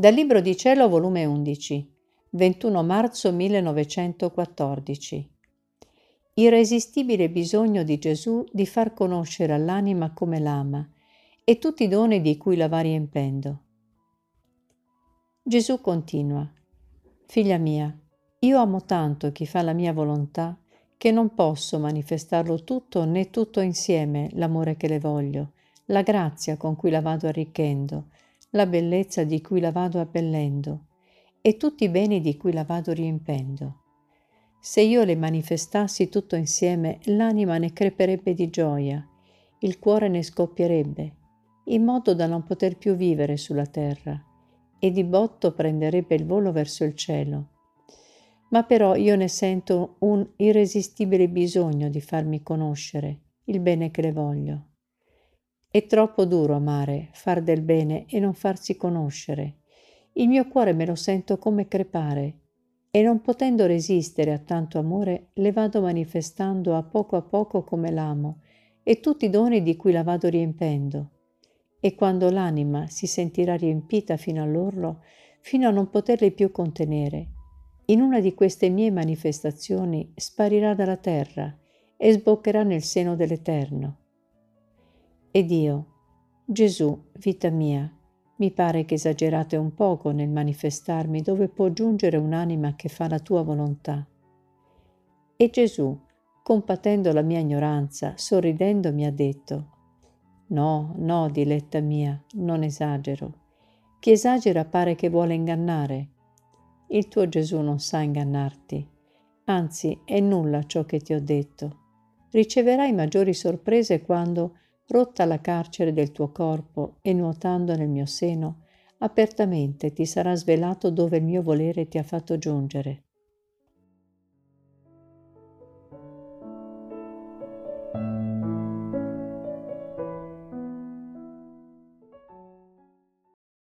Dal Libro di Cielo, volume 11, 21 marzo 1914. Irresistibile bisogno di Gesù di far conoscere all'anima come l'ama e tutti i doni di cui la va riempendo. Gesù continua: Figlia mia, io amo tanto chi fa la mia volontà che non posso manifestarlo tutto né tutto insieme l'amore che le voglio, la grazia con cui la vado arricchendo, la bellezza di cui la vado abbellendo e tutti i beni di cui la vado riempendo. Se io le manifestassi tutto insieme, l'anima ne creperebbe di gioia, il cuore ne scoppierebbe, in modo da non poter più vivere sulla terra, e di botto prenderebbe il volo verso il cielo. Ma però io ne sento un irresistibile bisogno di farmi conoscere il bene che le voglio. È troppo duro amare, far del bene e non farsi conoscere. Il mio cuore me lo sento come crepare e non potendo resistere a tanto amore le vado manifestando a poco come l'amo e tutti i doni di cui la vado riempendo. E quando l'anima si sentirà riempita fino all'orlo, fino a non poterli più contenere, in una di queste mie manifestazioni sparirà dalla terra e sboccherà nel seno dell'Eterno. Ed io, Gesù, vita mia, mi pare che esagerate un poco nel manifestarmi dove può giungere un'anima che fa la tua volontà. E Gesù, compatendo la mia ignoranza, sorridendo mi ha detto: No, diletta mia, non esagero. Chi esagera pare che vuole ingannare. Il tuo Gesù non sa ingannarti, anzi è nulla ciò che ti ho detto. Riceverai maggiori sorprese quando, rotta la carcere del tuo corpo e nuotando nel mio seno, apertamente ti sarà svelato dove il mio volere ti ha fatto giungere.